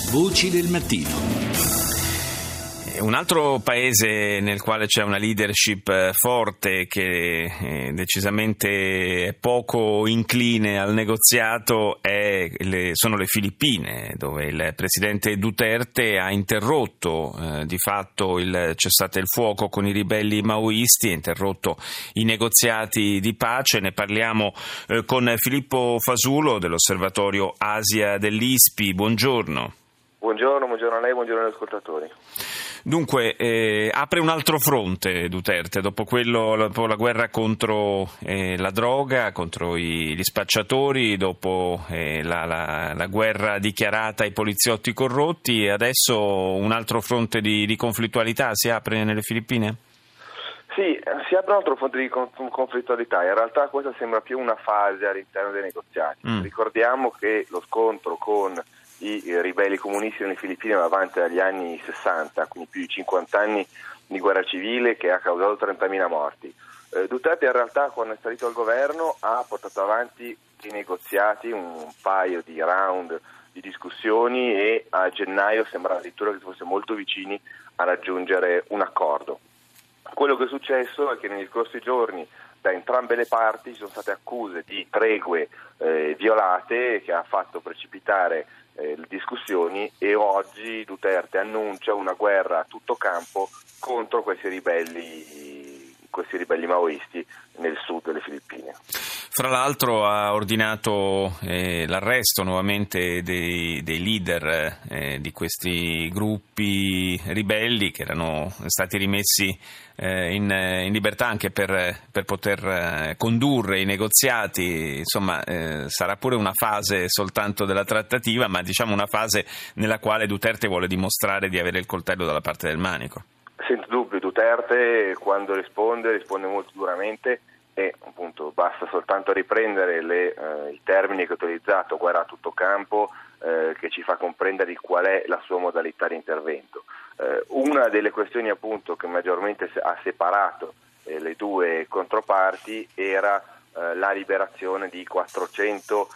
Voci del mattino. Un altro paese nel quale c'è una leadership forte che decisamente è poco incline al negoziato sono le Filippine, dove il presidente Duterte ha interrotto di fatto il cessate il fuoco con i ribelli maoisti, ha interrotto i negoziati di pace. Ne parliamo con Filippo Fasulo dell'Osservatorio Asia dell'ISPI. Buongiorno. Buongiorno a lei, buongiorno agli ascoltatori. Dunque, apre un altro fronte Duterte, dopo la guerra contro la droga, contro gli spacciatori, dopo la guerra dichiarata ai poliziotti corrotti, e adesso un altro fronte di conflittualità si apre nelle Filippine? Sì, si apre un altro fronte di conflittualità. In realtà questa sembra più una fase all'interno dei negoziati. Ricordiamo che lo scontro con i ribelli comunisti nelle Filippine va avanti dagli anni 60, quindi più di 50 anni di guerra civile che ha causato 30.000 morti. Duterte in realtà, quando è salito al governo, ha portato avanti i negoziati, un paio di round di discussioni, e a gennaio sembra addirittura che si fosse molto vicini a raggiungere un accordo. Quello che è successo è che negli scorsi giorni da entrambe le parti ci sono state accuse di tregue violate, che ha fatto precipitare le discussioni, e oggi Duterte annuncia una guerra a tutto campo contro questi ribelli maoisti nel sud delle Filippine. Fra l'altro ha ordinato l'arresto nuovamente dei leader di questi gruppi ribelli, che erano stati rimessi in libertà anche per poter condurre i negoziati. Insomma, sarà pure una fase soltanto della trattativa, ma diciamo una fase nella quale Duterte vuole dimostrare di avere il coltello dalla parte del manico. Senza dubbio, Duterte quando risponde molto duramente, e appunto basta soltanto riprendere i termini che ho utilizzato, guerra a tutto campo, che ci fa comprendere di qual è la sua modalità di intervento. Una delle questioni appunto che maggiormente ha separato le due controparti era la liberazione di 400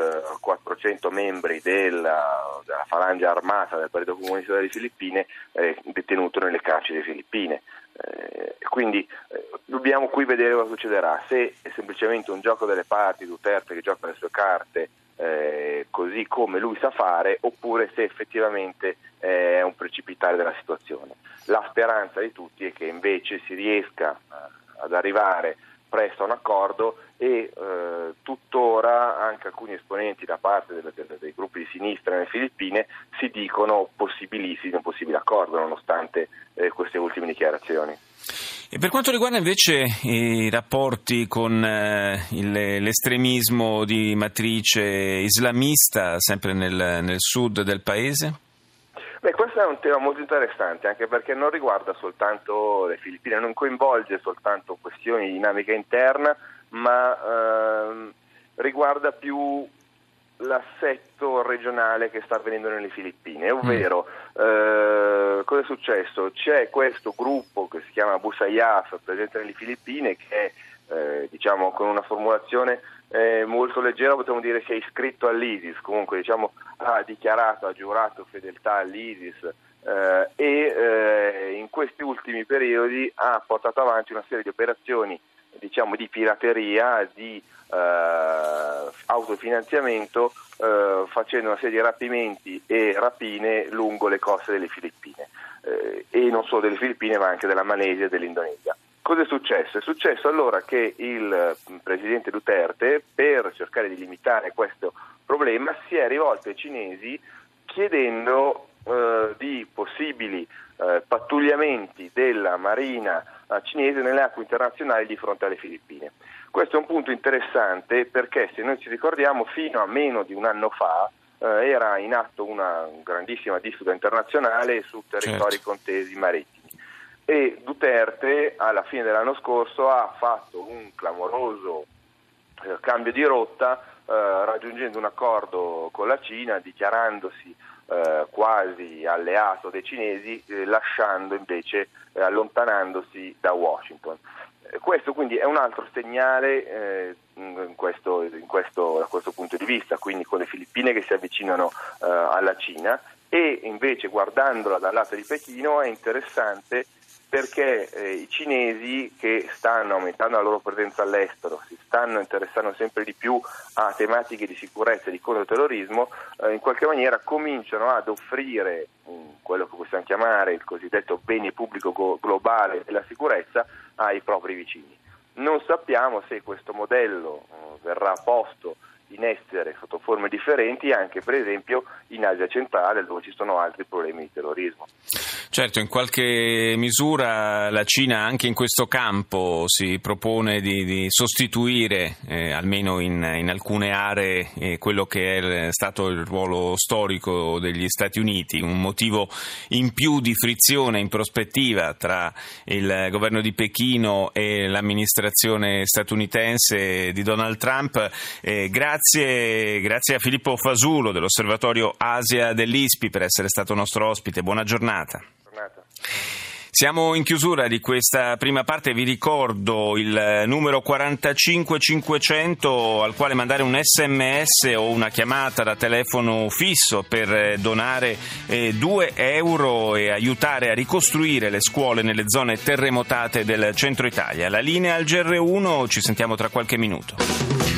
membri della falange armata del Partito Comunista delle Filippine detenuto nelle carceri filippine. Quindi dobbiamo qui vedere cosa succederà, se è semplicemente un gioco delle parti, Duterte che gioca le sue carte così come lui sa fare, oppure se effettivamente è un precipitare della situazione. La speranza di tutti è che invece si riesca ad arrivare presto a un accordo, e tuttora anche alcuni esponenti da parte dei gruppi di sinistra nelle Filippine si dicono possibilissimi un possibile accordo, nonostante queste ultime dichiarazioni. E per quanto riguarda invece i rapporti con l'estremismo di matrice islamista, sempre nel sud del paese? Questo è un tema molto interessante, anche perché non riguarda soltanto le Filippine, non coinvolge soltanto questioni di dinamica interna, ma riguarda più l'assetto regionale che sta avvenendo nelle Filippine, ovvero cosa è successo? C'è questo gruppo che si chiama Abu Sayyaf, presente nelle Filippine, che è diciamo con una formulazione molto leggera potremmo dire si è iscritto all'ISIS, comunque diciamo ha giurato fedeltà all'ISIS, e in questi ultimi periodi ha portato avanti una serie di operazioni diciamo di pirateria, di autofinanziamento, facendo una serie di rapimenti e rapine lungo le coste delle Filippine, e non solo delle Filippine ma anche della Malesia e dell'Indonesia. Cosa è successo? È successo allora che il presidente Duterte, per cercare di limitare questo problema, si è rivolto ai cinesi chiedendo di possibili pattugliamenti della marina cinese nelle acque internazionali di fronte alle Filippine. Questo è un punto interessante perché, se noi ci ricordiamo, fino a meno di un anno fa era in atto una grandissima disputa internazionale su territori contesi marittimi. E Duterte alla fine dell'anno scorso ha fatto un clamoroso cambio di rotta, raggiungendo un accordo con la Cina, dichiarandosi quasi alleato dei cinesi, lasciando invece allontanandosi da Washington. Questo quindi è un altro segnale da questo punto di vista, quindi con le Filippine che si avvicinano alla Cina, e invece guardandola dal lato di Pechino è interessante perché i cinesi, che stanno aumentando la loro presenza all'estero, si stanno interessando sempre di più a tematiche di sicurezza e di controterrorismo, in qualche maniera cominciano ad offrire quello che possiamo chiamare il cosiddetto bene pubblico globale della sicurezza ai propri vicini. Non sappiamo se questo modello verrà posto in essere sotto forme differenti anche per esempio in Asia centrale, dove ci sono altri problemi di terrorismo. Certo, in qualche misura la Cina anche in questo campo si propone di sostituire, almeno in alcune aree, quello che è stato il ruolo storico degli Stati Uniti, un motivo in più di frizione in prospettiva tra il governo di Pechino e l'amministrazione statunitense di Donald Trump. Grazie a Filippo Fasulo dell'Osservatorio Asia dell'ISPI per essere stato nostro ospite. Buona giornata. Siamo in chiusura di questa prima parte, vi ricordo il numero 45500 al quale mandare un SMS o una chiamata da telefono fisso per donare €2 e aiutare a ricostruire le scuole nelle zone terremotate del centro Italia. La linea al GR1, ci sentiamo tra qualche minuto.